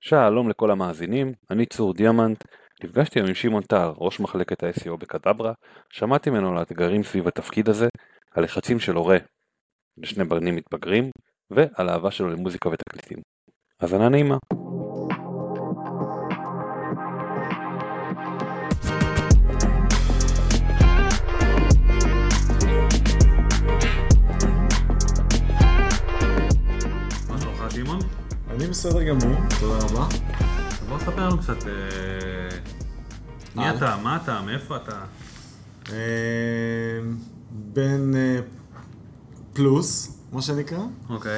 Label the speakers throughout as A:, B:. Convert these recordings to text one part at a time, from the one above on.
A: שלום לכל המאזינים, אני צור דיאמנט. נפגשתי היום עם שמעון טל, ראש מחלקת ה-SEO בקדברה. שמעתי ממנו על האתגרים סביב התפקיד הזה, על לחצים של הורה לשני בנים מתבגרים, ועל האהבה שלו למוזיקה ותקליטים. האזנה נעימה. מה שלומך שמעון?
B: אני בסדר גמור, תודה רבה.
A: בוא ספר לנו קצת, מי אתה, מה אתה, מאיפה אתה?
B: בן פלוס, מה שנקרא.
A: אוקיי.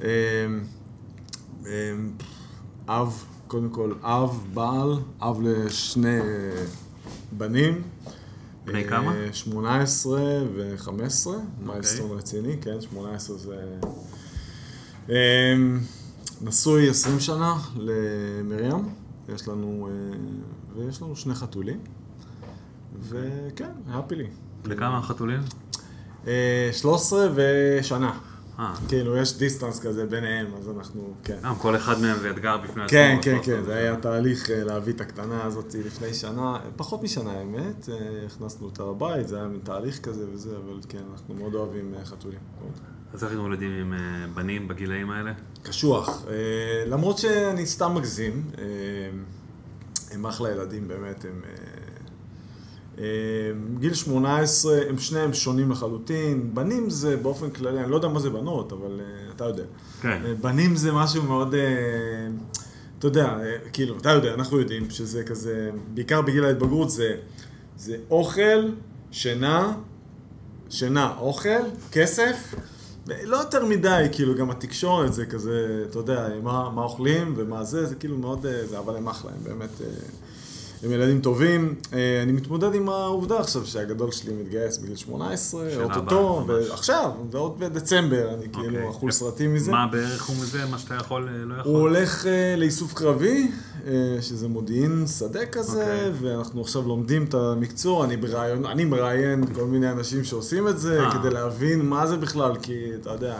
B: אב, קודם כל אב, בעל, אב לשני בנים.
A: בני כמה?
B: 18 ו-15, מיילסטון רציני, כן, 18 זה... נשוי 20 שנה למרים, ויש לנו שני חתולים, וכן, הפי לי.
A: לכמה החתולים?
B: 13 ושנה. כאילו, יש דיסטנס כזה ביניהם, אז אנחנו, כן.
A: כל אחד מהם זה אתגר בפני עצמו.
B: כן, כן, כן, זה היה תהליך להביא את הקטנה הזאת לפני שנה, פחות משנה האמת, הכנסנו אותה לבית, זה היה מין תהליך כזה וזה, אבל כן, אנחנו מאוד אוהבים חתולים.
A: אז איך מתמודדים עם בנים בגילאים האלה?
B: קשוח, למרות שאני סתם מגזים, הם אחלה ילדים באמת, הם גיל 18, הם שניהם שונים לחלוטין, בנים זה באופן כללי, אני לא יודע מה זה בנות, אבל אתה יודע.
A: כן.
B: בנים זה משהו מאוד, אתה יודע, כאילו, אתה יודע, אנחנו יודעים שזה כזה, בעיקר בגיל ההתבגרות זה אוכל, שינה, אוכל, כסף, לא יותר מדי, כאילו, גם התקשורת זה כזה, אתה יודע, מה אוכלים ומה זה כאילו מאוד, אבל הם אחלה, הם באמת, הם ילדים טובים. אני מתמודד עם העובדה עכשיו שהגדול שלי מתגייס בגיל 18, אוטוטו, ועכשיו, זה עוד בדצמבר, אני כאילו אכול סרטים מזה.
A: מה בערך הוא מזה, מה שאתה יכול, לא יכול?
B: הוא הולך לאיסוף קרבי, שזה מודיעין שדה כזה, ואנחנו עכשיו לומדים את המקצוע, אני מראיין כל מיני אנשים שעושים את זה, כדי להבין מה זה בכלל, כי אתה יודע,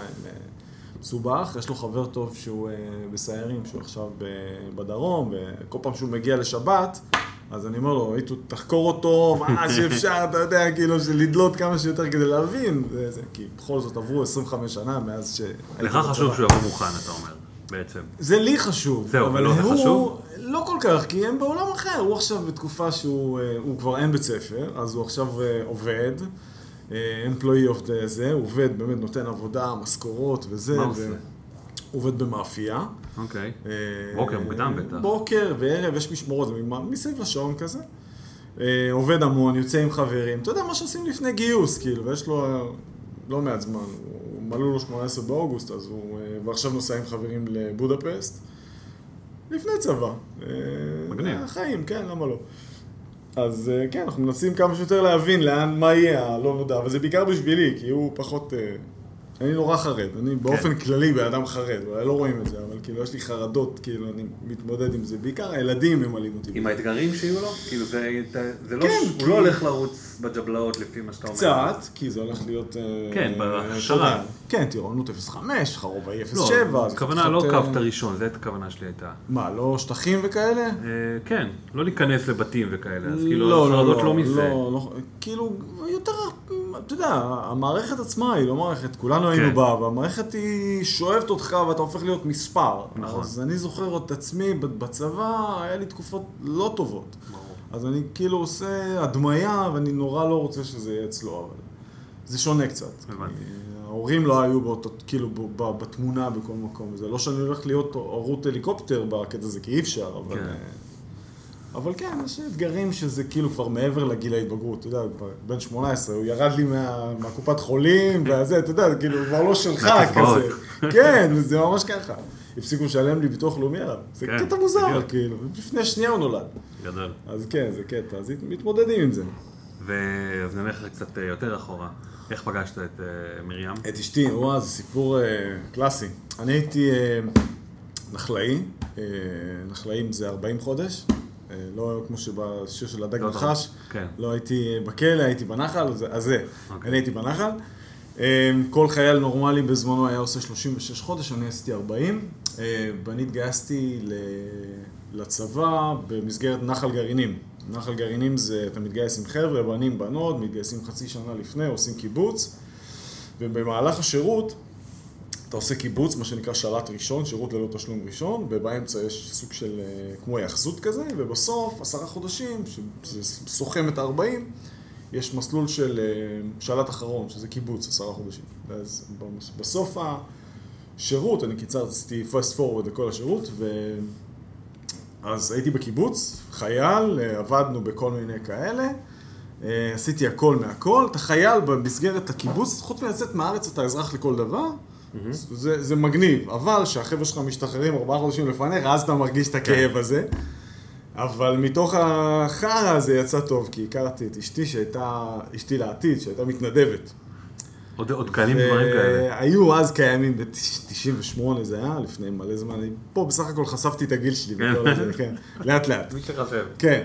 B: מסובך, יש לו חבר טוב שהוא בסיירים, שהוא עכשיו בדרום, וכל פעם שהוא מגיע לשבת, אז אני אומר לו, תחקור אותו, מה שאפשר, אתה יודע, כאילו, לדלות כמה שיותר כדי להבין, כי בכל זאת עברו 25 שנה מאז ש...
A: לך חשוב שהוא יבוא מוכן, אתה אומר, בעצם.
B: זה לי חשוב.
A: זהו, אבל לא זה חשוב?
B: לא כל כך, כי הם בעולם אחר, הוא עכשיו בתקופה שהוא כבר אין בית ספר, אז הוא עכשיו עובד, employee of זה, הוא עובד, באמת נותן עבודה, משכורות וזה.
A: מה הוא עושה?
B: הוא עובד במאפייה.
A: אוקיי. בוקר מוקדם בטח.
B: בוקר וערב, יש משמורות, מסביב לשעון כזה. עובד המון, יוצא עם חברים. אתה יודע מה שעושים לפני גיוס, כאילו, ויש לו לא מעט זמן. הוא מלאו לו 18 באוגוסט, אז הוא ועכשיו נוסע עם חברים לבודפסט. לפני צבא.
A: מגניב.
B: החיים, כן, למה לא? אז כן, אנחנו מנסים כמה שיותר להבין לאן, מה יהיה הלא נודע, אבל זה בעיקר בשבילי, כי הוא פחות... אני נורא חרד, אני באופן כללי באדם חרד, אולי לא רואים את זה, אבל כאילו יש לי חרדות, כאילו אני מתמודד עם זה, בעיקר הילדים ממלאים אותי.
A: עם האתגרים שיהיו לו? כאילו זה לא, הוא לא הולך לרוץ בג'בלאות לפי מה שאתה אומר.
B: קצת, כי זה הולך להיות...
A: כן, בהכשרה.
B: כן, טירונות 0.5, חרובאי 0.7.
A: לא, הכוונה לא קו את הראשון, זה את הכוונה שלי הייתה.
B: מה, לא שטחים וכאלה?
A: כן, לא להיכנס לבתים וכאלה, אז כאילו החרדות לא מזה.
B: לא, כאילו יותר... אתה יודע, המערכת עצמה היא לא מערכת, כולנו היינו בה, והמערכת היא שואבת אותך ואתה הופך להיות מספר.
A: נכון.
B: אז אני זוכר את עצמי בצבא, היה לי תקופות לא טובות. אז אני כאילו עושה הדמיה, ואני נורא לא רוצה שזה יהיה אצלו, אבל זה שונה קצת. ההורים לא היו כאילו בתמונה בכל מקום. זה לא שאני הולך להיות ערוץ הליקופטר בקטע הזה, כי אי אפשר, אבל... אבל כן, יש אתגרים שזה כאילו כבר מעבר לגיל ההתבגרות, אתה יודע, בן 18, הוא ירד לי מהקופת חולים, וזה, אתה יודע, כאילו, כבר לא שלך כזה. כן, זה ממש ככה. הפסיקו לשלם לי ביטוח לאומי עליו. זה קטע מוזר, כאילו, לפני שנייה הוא נולד.
A: גדול.
B: אז כן, זה קטע, אז מתמודדים עם זה.
A: אז נלך קצת יותר אחורה. איך פגשת את מרים?
B: את אשתי, זה סיפור קלאסי. אני הייתי נחלאי, נחלאים זה 40 חודש. לא כמו שבשיר של הדג נחש, לא הייתי בכלא, הייתי בנחל, אז זה, אני הייתי בנחל, כל חייל נורמלי בזמנו היה עושה 36 חודש, אני עשיתי 40. ואני התגייסתי לצבא במסגרת נחל גרעינים. נחל גרעינים זה, אתה מתגייס עם חבר'ה, בנים, בנות, מתגייסים חצי שנה לפני, עושים קיבוץ. ובמהלך השירות, אתה עושה קיבוץ, מה שנקרא שלט ראשון, שירות ללא תשלום ראשון, ובאמצע יש סוג של כמו יחסות כזה, ובסוף 10 חודשים, שזה סוכם את ה-40, יש מסלול של שלט אחרון, שזה קיבוץ, 10 חודשים. ואז בסוף השירות, אני עשיתי fast forward לכל השירות, אז הייתי בקיבוץ, חייל, עבדנו בכל מיני כאלה, עשיתי הכל מהכל, אתה חייל במסגרת הקיבוץ, חוץ מלצאת מהארץ אתה אזרח לכל דבר, זה מגניב, אבל שהחבר'ה שלך משתחררים 4 חודשים לפניך, אז אתה מרגיש את הכאב הזה. אבל מתוך החרא הזה יצא טוב, כי הכרתי את אשתי אשתי לעתיד, שהייתה מתנדבת.
C: עוד קיימים דברים כאלה.
B: היו אז קיימים ב-98 זה היה, לפני מלא זמן. פה בסך הכל חשפתי את הגיל שלי, כן, לאט לאט.
C: מי שחשב.
B: כן.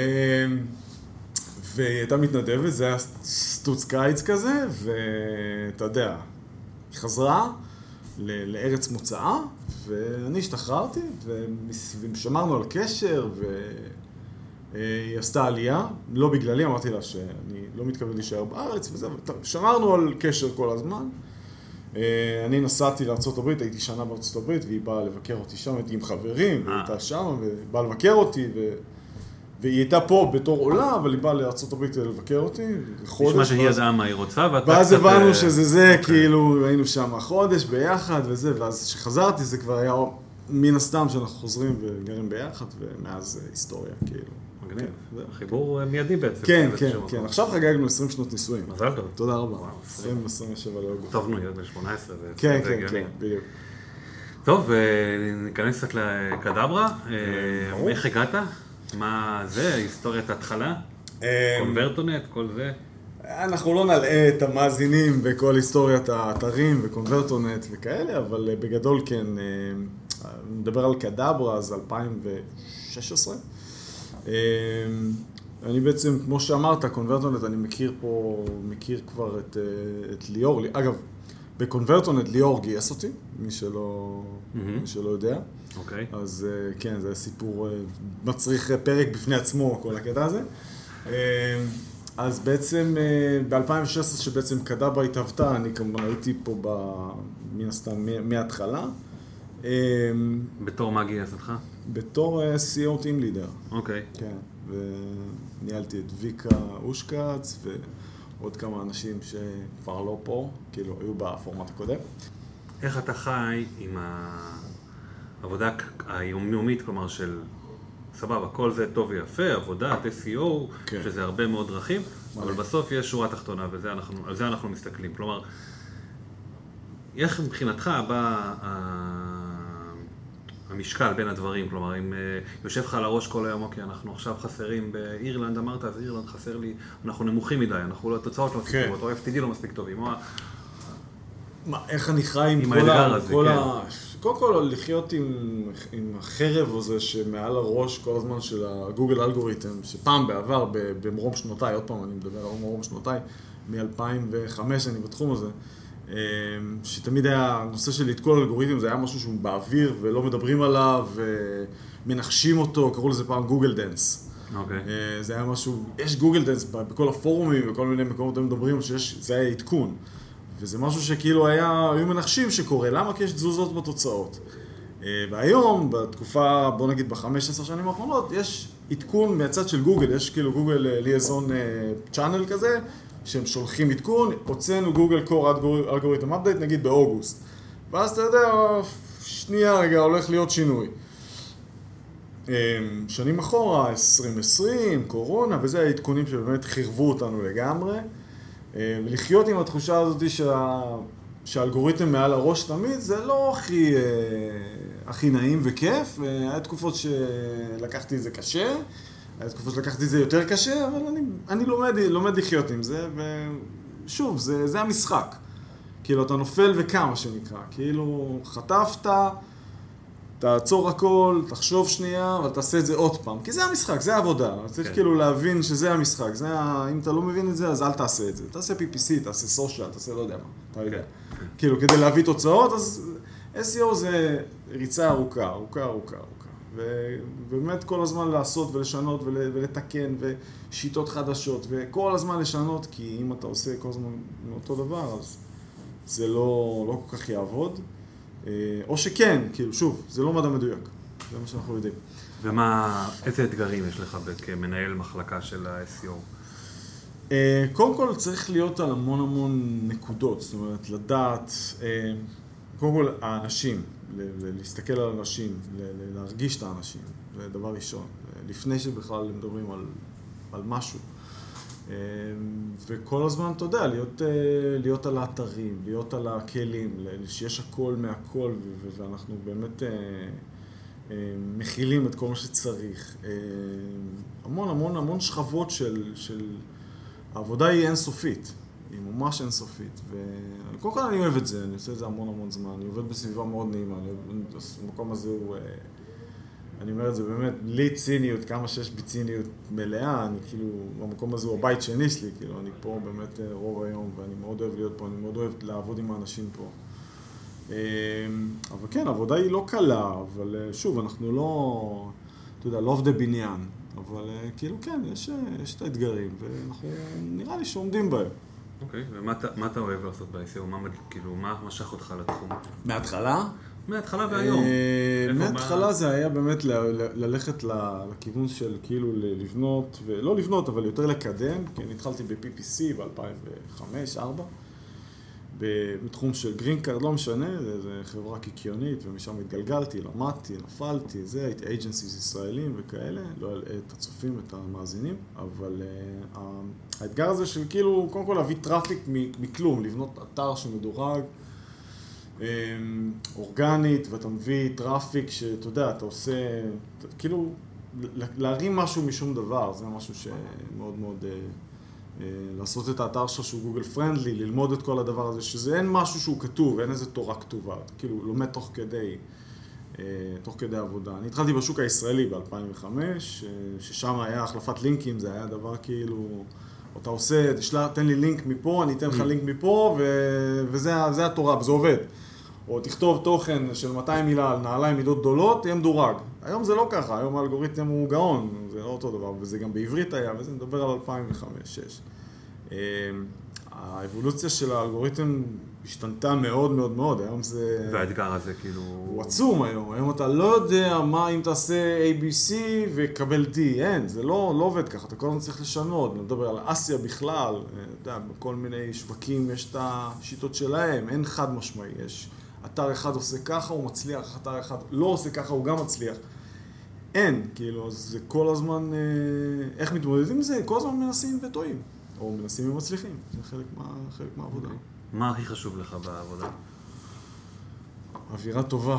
B: והיא הייתה מתנדבת, זה היה סטוץ קיץ כזה, ואתה יודע, היא חזרה לארץ מוצאה, ואני השתחררתי, ושמרנו על קשר, והיא עשתה עלייה, לא בגללי, אמרתי לה שאני לא מתכוון להישאר בארץ, וזה, שמרנו על קשר כל הזמן. אני נסעתי לארצות הברית, הייתי שנה בארצות הברית, והיא באה לבקר אותי שם, הייתי עם חברים, והיא הייתה שם, ובאה לבקר אותי, והיא הייתה פה בתור עולה, אבל היא באה לארצות הברית לבקר אותי,
C: נשמע שהיא ידעה מה היא רוצה,
B: ואז הבנו שזה זה, כאילו היינו שם חודש ביחד וזה, ואז כשחזרתי זה כבר היה מן הסתם שאנחנו חוזרים וגרים ביחד, ומאז היסטוריה, כאילו.
C: מגניב, חיבור מיידי בעצם.
B: כן, כן, כן. עכשיו חגגנו 20 שנות נישואים.
C: מזל טוב.
B: תודה רבה. 27 לאוגוסט.
C: טוב, נו, ילד בן 18, זה
B: כן, כן, כן, בדיוק.
C: טוב, ניכנס קצת לקדברה. איך הגעת? מה זה? היסטוריית ההתחלה? קונברטונט, כל זה?
B: אנחנו לא נלאה את המאזינים בכל היסטוריית האתרים וקונברטונט וכאלה, אבל בגדול כן, נדבר על קדברה, אז 2016. אני בעצם, כמו שאמרת, קונברטונט, אני מכיר כבר את ליאור. אגב, בקונברטונט ליאור גייס אותי, מי שלא יודע.
C: אוקיי.
B: אז כן, זה סיפור מצריך פרק בפני עצמו, כל הקטע הזה. אז בעצם ב-2016 שבעצם קדברה התהוותה, אני כמובן הייתי פה מן הסתם מההתחלה.
C: בתור מה גייס אותך?
B: בתור CEO Team Leader.
C: אוקיי.
B: כן, וניהלתי את ויקה אושקץ ועוד כמה אנשים שכבר לא פה, כאילו היו בפורמט הקודם.
C: איך אתה חי עם העבודה היומיומית, כלומר של סבבה, כל זה טוב ויפה, עבודת SEO,
B: כן.
C: שזה הרבה מאוד דרכים, אבל בסוף יש שורה תחתונה, ועל זה אנחנו מסתכלים. כלומר, איך מבחינתך בא המשקל בין הדברים? כלומר, אם יושב לך על הראש כל היום, אוקיי, אנחנו עכשיו חסרים באירלנד, אמרת, אז אירלנד חסר לי, אנחנו נמוכים מדי, אנחנו לא, התוצאות לא מספיק טובות, או FTD לא מספיק טובים, או
B: איך אני חי עם כל קודם כל, לחיות עם החרב הזה שמעל הראש כל הזמן של הגוגל אלגוריתם, שפעם בעבר, במרום שנותיי, עוד פעם אני מדבר על מרום שנותיי, מ-2005 אני בתחום הזה, שתמיד היה, הנושא של לתקול אלגוריתם, זה היה משהו שהוא באוויר ולא מדברים עליו ומנחשים אותו, קראו לזה פעם גוגל דנס. זה היה משהו, יש גוגל דנס בכל הפורומים וכל מיני מקומות הם מדברים שזה היה עדכון. וזה משהו שכאילו היו מנחשים שקורה, למה? כי יש תזוזות בתוצאות. והיום, בתקופה, בוא נגיד ב-15 שנים האחרונות, יש עדכון מהצד של גוגל, יש כאילו גוגל ליאזון צ'אנל כזה, שהם שולחים עדכון, הוצאנו גוגל קור אלגוריתם אפדייט, נגיד באוגוסט. ואז אתה יודע, שנייה רגע, הולך להיות שינוי. שנים אחורה, 2020, קורונה, וזה העדכונים שבאמת חירבו אותנו לגמרי. ולחיות עם התחושה הזאת שהאלגוריתם מעל הראש תמיד, זה לא הכי נעים וכיף. היה תקופות שלקחתי את זה קשה, היה תקופות שלקחתי את זה יותר קשה, אבל אני לומד לחיות עם זה, ושוב, זה המשחק. כאילו, אתה נופל וקם, מה שנקרא. כאילו, חטפת, תעצור הכל, תחשוב שנייה, אבל תעשה את זה עוד פעם. כי זה המשחק, זה העבודה. צריך כאילו להבין שזה המשחק. אם אתה לא מבין את זה, אז אל תעשה את זה. תעשה PPC, תעשה סושיאל, תעשה לא יודע מה. אתה יודע. כאילו, כדי להביא תוצאות, אז SEO זה ריצה ארוכה. ובאמת כל הזמן לעשות ולשנות ולתקן ושיטות חדשות וכל הזמן לשנות, כי אם אתה עושה כל הזמן אותו דבר, אז זה לא כל כך יעבוד. או שכן, כאילו, שוב, זה לא מדע מדויק. זה מה שאנחנו יודעים.
C: איזה אתגרים יש לך כמנהל מחלקה של ה-SEO?
B: קודם כל צריך להיות על המון נקודות, זאת אומרת, לדעת, קודם כל האנשים, להסתכל על אנשים, להרגיש את האנשים, זה דבר ראשון, לפני שבכלל מדברים על משהו. וכל הזמן, אתה יודע, להיות על האתרים, להיות על הכלים, שיש הכל מהכל, ואנחנו באמת מכילים את כל מה שצריך. המון שכבות של העבודה היא אינסופית, היא ממש אינסופית. וקודם כל אני אוהב את זה, אני עושה את זה המון זמן, אני עובד בסביבה מאוד נעימה, המקום הזה הוא... אני אומר את זה באמת, בלי ציניות, כמה שיש בי ציניות מלאה, אני כאילו, במקום הזה הוא הבית שני שלי, כאילו, אני פה באמת רוב היום, ואני מאוד אוהב להיות פה, אני מאוד אוהב לעבוד עם האנשים פה. אבל כן, העבודה היא לא קלה, אבל שוב, אנחנו לא, אתה יודע, לא עובדי בניין, אבל כאילו כן, יש את האתגרים, ואנחנו נראה לי שעומדים בהם.
C: אוקיי, ומה אתה אוהב לעשות ב-SEO? מה משך אותך לתחום?
B: מההתחלה?
C: מההתחלה והיום.
B: מההתחלה זה היה באמת ללכת לכיוון של כאילו לבנות, ולא לבנות, אבל יותר לקדם, כי אני התחלתי ב-PPC ב-2005-2004, בתחום של גרין קארד, לא משנה, זה חברה קיקיונית, ומשם התגלגלתי, למדתי, נפלתי, הייתי אייג'נסיס ישראלים וכאלה, לא את הצופים ואת המאזינים, אבל האתגר הזה של כאילו, קודם כל להביא טראפיק מכלום, לבנות אתר שמדורג, אורגנית, ואתה מביא טראפיק שאתה יודע, אתה עושה, כאילו, להרים משהו משום דבר, זה משהו שמאוד מאוד, לעשות את האתר שלך שהוא גוגל פרנדלי, ללמוד את כל הדבר הזה, שזה אין משהו שהוא כתוב, אין איזה תורה כתובה, כאילו לומד תוך כדי עבודה. אני התחלתי בשוק הישראלי ב-2005, ששם היה החלפת לינקים, זה היה דבר כאילו, אתה עושה, תן לי לינק מפה, אני אתן לך לינק מפה, וזה התורה, וזה עובד. או תכתוב תוכן של 200 מילה על נעליים מידות גדולות, תהיה מדורג. היום זה לא ככה, היום האלגוריתם הוא גאון, זה לא אותו דבר, וזה גם בעברית היה, וזה מדבר על 2005-2006. האבולוציה של האלגוריתם השתנתה מאוד, היום זה...
C: והאתגר הזה כאילו...
B: הוא עצום היום אתה לא יודע מה אם תעשה ABC וקבל D, אין, זה לא עובד ככה, אתה כל הזמן צריך לשנות, אני מדבר על אסיה בכלל, אתה יודע, בכל מיני שווקים יש את השיטות שלהם, אין חד משמעי, יש אתר אחד עושה ככה, הוא מצליח, אתר אחד לא עושה ככה, הוא גם מצליח. אין, כאילו, זה כל הזמן, איך מתמודדים עם זה? כל הזמן מנסים וטועים, או מנסים ומצליחים, זה חלק מהעבודה.
C: מה הכי חשוב לך בעבודה?
B: אווירה טובה,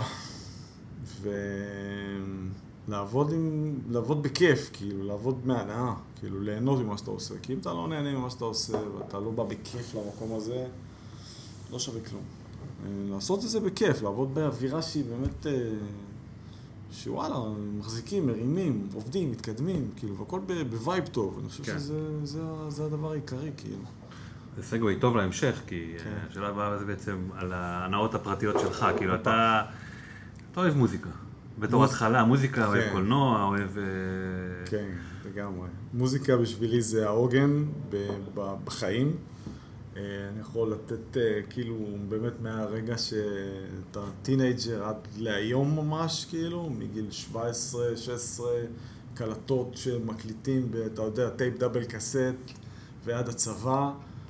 B: לעבוד בכיף, כאילו, לעבוד מהנאה, כאילו, ליהנות ממה שאתה עושה. כי אם אתה לא נהנה ממה שאתה עושה, ואתה לא בא בכיף למקום הזה, לא שווה כלום. לעשות את זה בכיף, לעבוד באווירה שהיא באמת, שוואלה, מחזיקים, מרימים, עובדים, מתקדמים, כאילו, והכל בווייב טוב. אני חושב שזה הדבר העיקרי, כאילו.
C: זה סגווי טוב להמשך, כי השאלה הבאה זה בעצם על ההנאות הפרטיות שלך, כאילו אתה אוהב מוזיקה. בתור התחלה, מוזיקה, אוהב קולנוע, אוהב...
B: כן, לגמרי. מוזיקה בשבילי זה העוגן בחיים. אני יכול לתת כאילו באמת מהרגע שאתה טינאג'ר עד להיום ממש, כאילו, מגיל 17, 16, קלטות שמקליטים, אתה יודע, טייפ דאבל קסט ועד הצבא.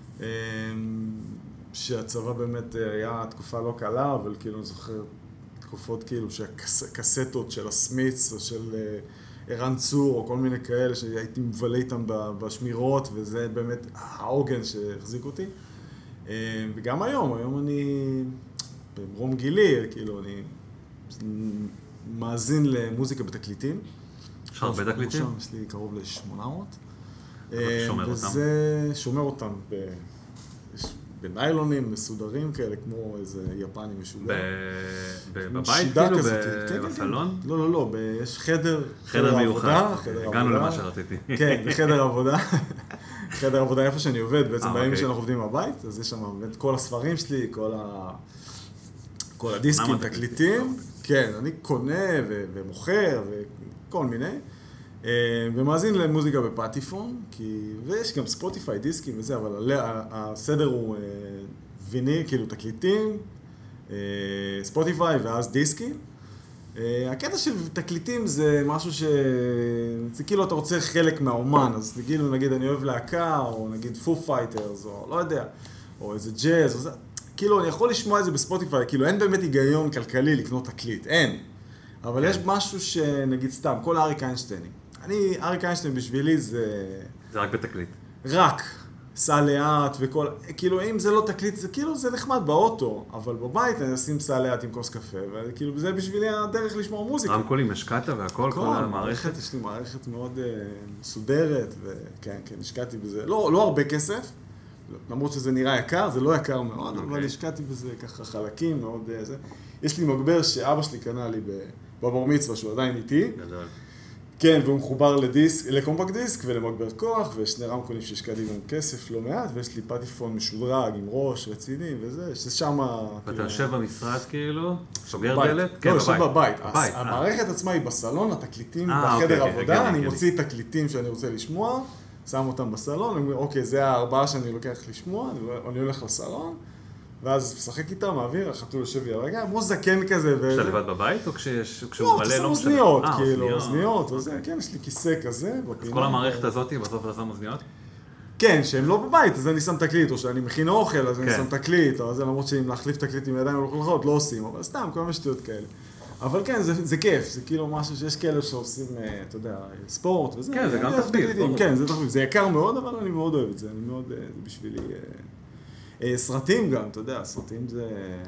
B: שהצבא באמת היה תקופה לא קלה, אבל כאילו אני זוכר תקופות כאילו שהקסטות של הסמיץ או של ערן צור או כל מיני כאלה שהייתי מבלה איתם בשמירות, וזה באמת העוגן שהחזיק אותי. וגם היום אני ברום גילי, כאילו אני מאזין למוזיקה בתקליטים.
C: יש הרבה תקליטים?
B: יש לי קרוב ל-800.
C: שומר אותם?
B: וזה שומר אותם בניילונים מסודרים כאלה, כמו איזה יפני משוגע.
C: בבית כאילו? בסלון?
B: לא, יש חדר
C: מיוחד. הגענו למה שרציתי.
B: כן, חדר עבודה. חדר עבודה איפה שאני עובד, בעצם בימים שאנחנו עובדים בבית, אז יש שם באמת כל הספרים שלי, כל הדיסקים, תקליטים. כן, אני קונה ומוכר וכל מיני. ומאזין למוזיקה בפטיפון, ויש גם ספוטיפיי, דיסקים וזה, אבל הסדר הוא ויני, כאילו תקליטים, ספוטיפיי ואז דיסקים. הקטע של תקליטים זה משהו זה כאילו אתה רוצה חלק מהאומן, אז כאילו נגיד אני אוהב להקה, או נגיד פו פייטרס, או לא יודע, או איזה ג'אז, או זה, כאילו אני יכול לשמוע את זה בספוטיפיי, כאילו אין באמת היגיון כלכלי לקנות תקליט, אין. אבל יש משהו שנגיד סתם, כל אריק איינשטיינים. אריק איינשטיין בשבילי זה...
C: זה רק בתקליט.
B: רק. סע לאט וכל... כאילו, אם זה לא תקליט, זה כאילו, זה נחמד באוטו, אבל בבית אני אשים סע לאט עם כוס קפה, וכאילו, זה בשבילי הדרך לשמוע מוזיקה.
C: רמקולים, השקעת והכל, כל המערכת.
B: יש לי מערכת מאוד מסודרת, וכן, השקעתי בזה. לא הרבה כסף, למרות שזה נראה יקר, זה לא יקר מאוד, אבל השקעתי בזה ככה חלקים מאוד... יש לי מגבר שאבא שלי קנה לי בבר מצווה, שהוא עדיין איתי.
C: גדול.
B: כן, והוא מחובר לקומפקט דיסק ולמגבר כוח, ושני רמקולים שהשקעתי גם כסף לא מעט, ויש לי פטיפון משודרג עם ראש רציני וזה, שזה שמה...
C: ואתה יושב במשרד כאילו? סוגר דלת?
B: לא, יושב בבית. המערכת עצמה היא בסלון, התקליטים בחדר עבודה, אני מוציא תקליטים שאני רוצה לשמוע, שם אותם בסלון, אני אומר, אוקיי, זה הארבעה שאני לוקח לשמוע, אני הולך לסלון, ואז משחק איתה, מעביר, החתול יושב לי על רגע, כמו זקן כזה.
C: כשאתה לבד בבית או כשהוא מלא?
B: לא, אוזניות, כאילו, אוזניות, כן, יש לי כיסא כזה.
C: אז כל המערכת הזאת, בסוף אתה שם אוזניות?
B: כן, שהם לא בבית, אז אני שם תקליט, או שאני מכין אוכל, אז אני שם תקליט, או זה למרות שאם להחליף תקליט עם ידיים ולחלחות, לא עושים, אבל סתם, כל מיני שטויות כאלה. אבל כן, זה כיף, זה כאילו משהו שיש כאלה שעושים, אתה יודע, ספורט וזה.
C: כן, זה גם תחביב.
B: כן, זה תחביב. זה יקר מאוד, אבל אני מאוד אוהב את זה. אני מאוד, זה בשבילי... סרטים גם, אתה יודע, סרטים זה...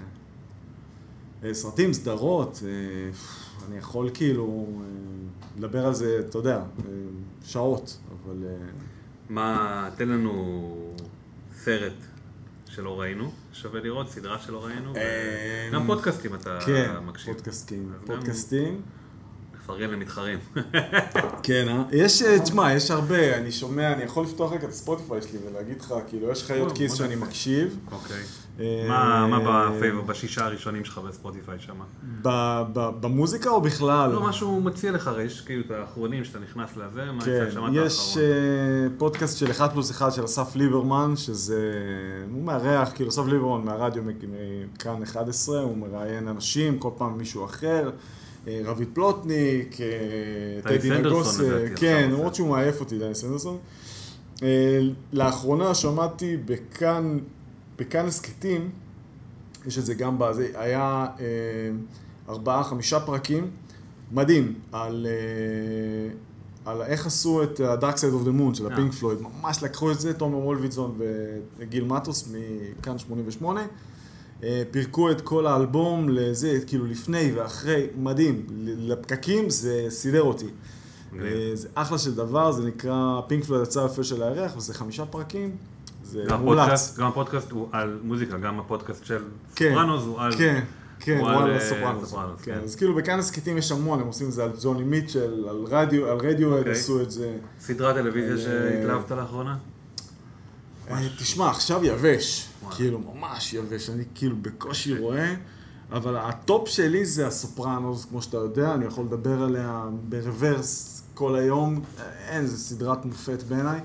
B: סרטים, סדרות, אני יכול כאילו לדבר על זה, אתה יודע, שעות, אבל...
C: מה, תן לנו סרט שלא ראינו, שווה לראות, סדרה שלא ראינו, גם פודקאסטים אתה מקשיב.
B: כן, פודקאסטים.
C: לפרגן למתחרים.
B: כן, תשמע, יש הרבה, אני שומע, אני יכול לפתוח רק את הספוטיפיי שלי ולהגיד לך, כאילו, יש חיות כיס שאני מקשיב.
C: אוקיי. מה בשישה הראשונים שלך בספוטיפיי שם?
B: במוזיקה או בכלל?
C: לא, משהו מציע לך, יש כאילו את האחרונים שאתה נכנס לזה, מה
B: כן,
C: שמעת האחרון?
B: יש פודקאסט של 1+1 של אסף ליברמן, שזה, הוא מארח, כאילו אסף ליברמן מהרדיו מכאן 11, הוא מראיין אנשים, כל פעם מישהו אחר. רביד פלוטניק, טדי נגוס, כן, למרות שהוא מעייף אותי, דני סנדרסון. לאחרונה שמעתי בכאן הסקטים, יש את זה גם בזה, היה 4-5 פרקים, מדהים, על איך עשו את Dark Side of the Moon של הפינק פלויד, ממש לקחו את זה, תומר מולביטזון וגיל מטוס מכאן 88, פירקו את כל האלבום לזה, כאילו לפני ואחרי, מדהים, לפקקים זה סידר אותי. זה אחלה של דבר, זה נקרא פינק פלויד הצעה יפה של הירח, וזה 5 פרקים, זה מומלץ.
C: גם הפודקאסט הוא על מוזיקה, גם הפודקאסט של סופרנוס הוא על...
B: כן, הוא על סופרנוס. אז כאילו בכאן הסקטים יש המון, הם עושים את זה על ג'וני מיטשל, על רדיו, עשו את זה.
C: סדרת טלוויזיה שהתלהבת לאחרונה?
B: תשמע, עכשיו יבש, כאילו ממש יבש, אני כאילו בקושי רואה, אבל הטופ שלי זה הסופרנוס, כמו שאתה יודע, אני יכול לדבר עליה ברוורס כל היום, אין, זה סדרת מופת בעיניי.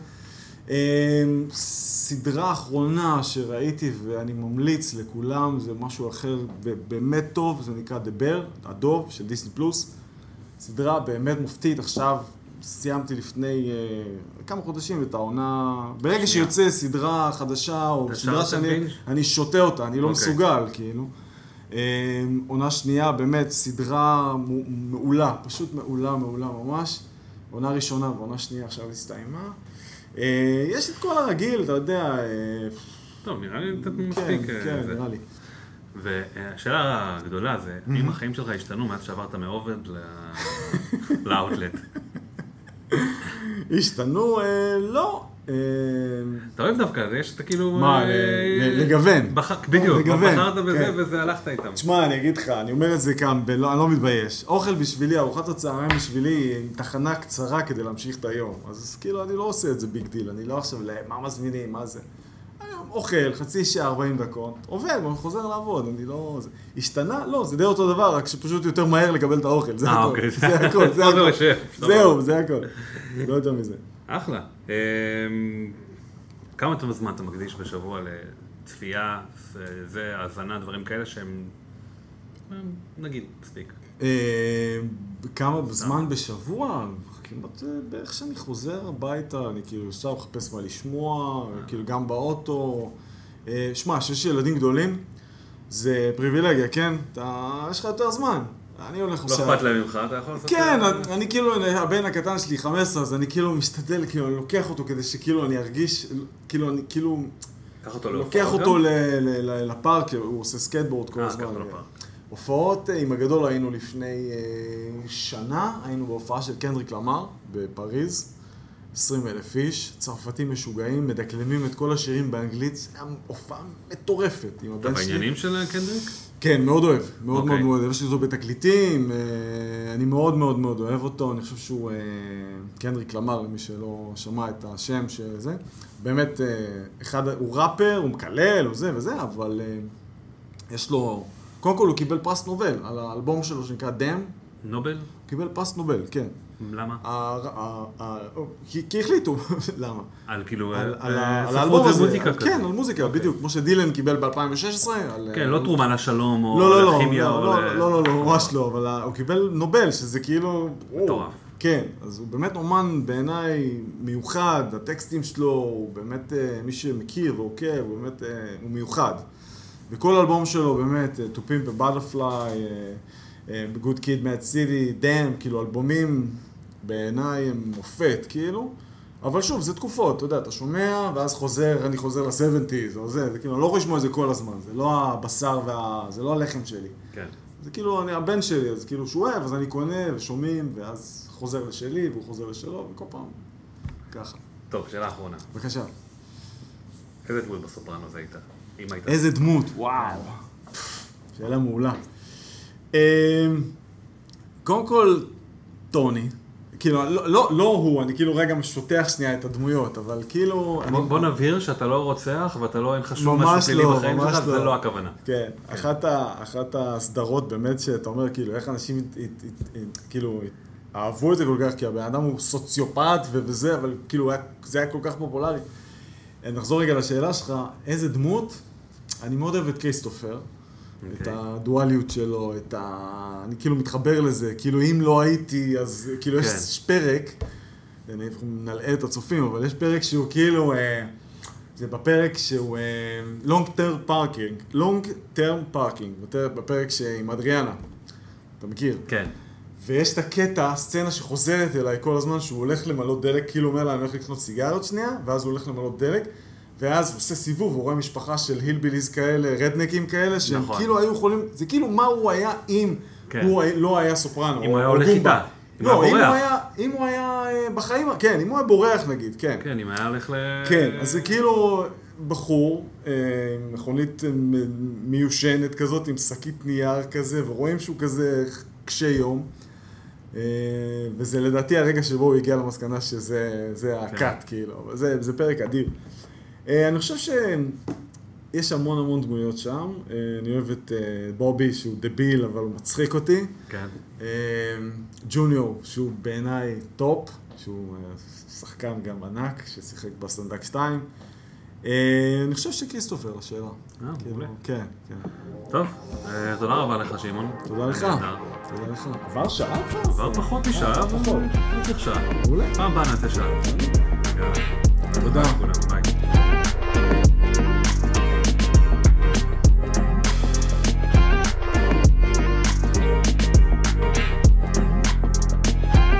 B: סדרה אחרונה שראיתי ואני ממליץ לכולם, זה משהו אחר באמת טוב, זה נקרא The Bear, הדוב של דיסני פלוס, סדרה באמת מופתית, עכשיו סיימתי לפני כמה חודשים את העונה, ברגע שיוצא סדרה חדשה או סדרה שאני שותה אותה, אני לא מסוגל כאילו. עונה שנייה, באמת סדרה מעולה, פשוט מעולה ממש. עונה ראשונה ועונה שנייה עכשיו הסתיימה. יש את כל הרגיל, אתה יודע.
C: טוב, נראה לי מספיק.
B: כן, נראה לי.
C: והשאלה הגדולה זה, אם החיים שלך השתנו מאז שעברת מעובד לאוטלט?
B: השתנו? לא.
C: אתה אוהב דווקא, יש את כאילו...
B: מה, לגוון.
C: בדיוק, בחרת בזה וזה הלכת איתם.
B: תשמע, אני אגיד לך, אני אומר את זה כאן, אני לא מתבייש. אוכל בשבילי, ארוחת הצהריים בשבילי, עם תחנה קצרה כדי להמשיך את היום. אז כאילו, אני לא עושה את זה ביג דיל, אני לא עכשיו, מה מזמינים, מה זה? אוכל, חצי שעה, 40 דקות, עובד, אני חוזר לעבוד, אני לא... השתנה? לא, זה די אותו דבר, רק שפשוט יותר מהר לקבל את האוכל, זה הכל. זה הכל, זה הכל. זהו, זה הכל. לא יותר מזה.
C: אחלה. כמה זמן אתה מקדיש בשבוע לצפייה, זה, האזנה, דברים כאלה שהם, נגיד, מספיק?
B: כמה זמן בשבוע? כמעט בערך שאני חוזר הביתה, אני כאילו עכשיו מחפש מה לשמוע, כאילו גם באוטו. שמע, שיש ילדים גדולים, זה פריבילגיה, כן? יש לך יותר זמן. אני הולך
C: עכשיו... לא אכפת להם ממך, אתה יכול לעשות...
B: כן, אני כאילו, הבן הקטן שלי 15, אז אני כאילו משתדל, כאילו אני לוקח אותו כדי שכאילו אני ארגיש, כאילו אני כאילו... לוקח אותו לפארק, הוא עושה סקייטבורד כל הזמן. הופעות עם הגדול היינו לפני שנה, היינו בהופעה של קנדריק למר בפריז, 20,000 איש, צרפתים משוגעים, מדקלמים את כל השירים באנגלית, זה היה הופעה מטורפת עם הבן שלי.
C: אתה בעניינים של קנדריק?
B: כן, מאוד אוהב, מאוד מאוד מאוד אוהב, יש לי אותו בתקליטים, אני מאוד מאוד מאוד אוהב אותו, אני חושב שהוא קנדריק למר, למי שלא שמע את השם שזה, באמת, הוא ראפר, הוא מקלל, הוא זה וזה, אבל יש לו... קודם כל הוא קיבל פרס נובל על האלבום שלו שנקרא דם.
C: נובל?
B: הוא קיבל פרס נובל, כן.
C: למה?
B: כי החליטו, למה?
C: על כאילו...
B: על האלבום הזה.
C: מוזיקה כזה.
B: כן, על מוזיקה, בדיוק. כמו שדילן קיבל ב-2016.
C: כן, לא תרומה לשלום או לכימיה או...
B: לא, ממש לא, אבל הוא קיבל נובל, שזה כאילו...
C: מטורף.
B: כן, אז הוא באמת אומן בעיניי מיוחד, הטקסטים שלו, הוא באמת, מי שמכיר ועוקב, הוא באמת, הוא מיוחד. וכל אלבום שלו באמת, To Pimp a Butterfly, Good Kid, Mad City, Damn, כאילו אלבומים בעיניי הם מופת, כאילו. אבל שוב, זה תקופות, אתה יודע, אתה שומע, ואז אני חוזר ל-70s, או זה כאילו, אני לא יכול לשמוע את זה כל הזמן, זה לא הבשר זה לא הלחם שלי.
C: כן.
B: זה כאילו, אני הבן שלי, אז כאילו שהוא אוהב, אז אני קונה ושומעים, ואז חוזר לשלי, והוא חוזר לשלו, וכל פעם, ככה.
C: טוב, שאלה אחרונה.
B: בבקשה.
C: איזה דמות בסופרנו זה הייתה?
B: איזה דמות, וואו. שאלה מעולה. קודם כל, טוני. כאילו, לא הוא, אני כאילו רגע משותח שנייה את הדמויות, אבל כאילו...
C: בוא נבהיר שאתה לא רוצח ואתה לא אין חשוב משהו פלילי בחיים שלך, זה לא הכוונה.
B: כן, אחת הסדרות באמת שאתה אומר, כאילו, איך אנשים כאילו אהבו את זה כל כך, כי הבן אדם הוא סוציופט וזה, אבל כאילו זה היה כל כך פופולרי. נחזור רגע לשאלה שלך, איזה דמות? אני מאוד אוהב את קריסטופר, את הדואליות שלו, אני כאילו מתחבר לזה, כאילו אם לא הייתי, אז כאילו יש פרק, אני נלאה את הצופים, אבל יש פרק שהוא כאילו, זה בפרק שהוא long term parking, בפרק עם אדריאנה, אתה מכיר?
C: כן.
B: ויש את הקטע, סצנה שחוזרת אליי כל הזמן, שהוא הולך למלות דלק, כאילו אומר לה, אני הולך לקנות סיגריות שנייה, ואז הוא הולך למלות דלק, ואז הוא עושה סיבוב, הוא רואה משפחה של הילביליז כאלה, רדנקים כאלה, שהם כאילו היו יכולים, זה כאילו מה הוא היה אם הוא לא היה סופרנו.
C: אם הוא היה הולך איתה.
B: לא, אם הוא היה בחיים, כן, אם הוא היה בורח נגיד, כן.
C: כן, אם היה הולך
B: כן, אז זה כאילו בחור, מכונית מיושנת כזאת, עם שקית נייר כזה, ורואים שהוא כזה קשה יום. וזה לדעתי הרגע שבו הוא הגיע למסקנה שזה הקאט, כאילו, אבל זה פרק אדיר. אני חושב שיש המון דמויות שם, אני אוהב את בובי שהוא דביל אבל הוא מצחיק אותי.
C: כן.
B: ג'וניור שהוא בעיניי טופ, שהוא שחקן גם ענק ששיחק בסטנדק 2. אני חושב שקריסטופר השאלה.
C: מעולה.
B: כן.
C: טוב, תודה רבה לך שמעון.
B: תודה לך. עבר שעה?
C: עבר פחות משעה.
B: פחות.
C: אני צריך שעה.
B: מעולה.
C: פעם באה נעשה שעה.
B: תודה.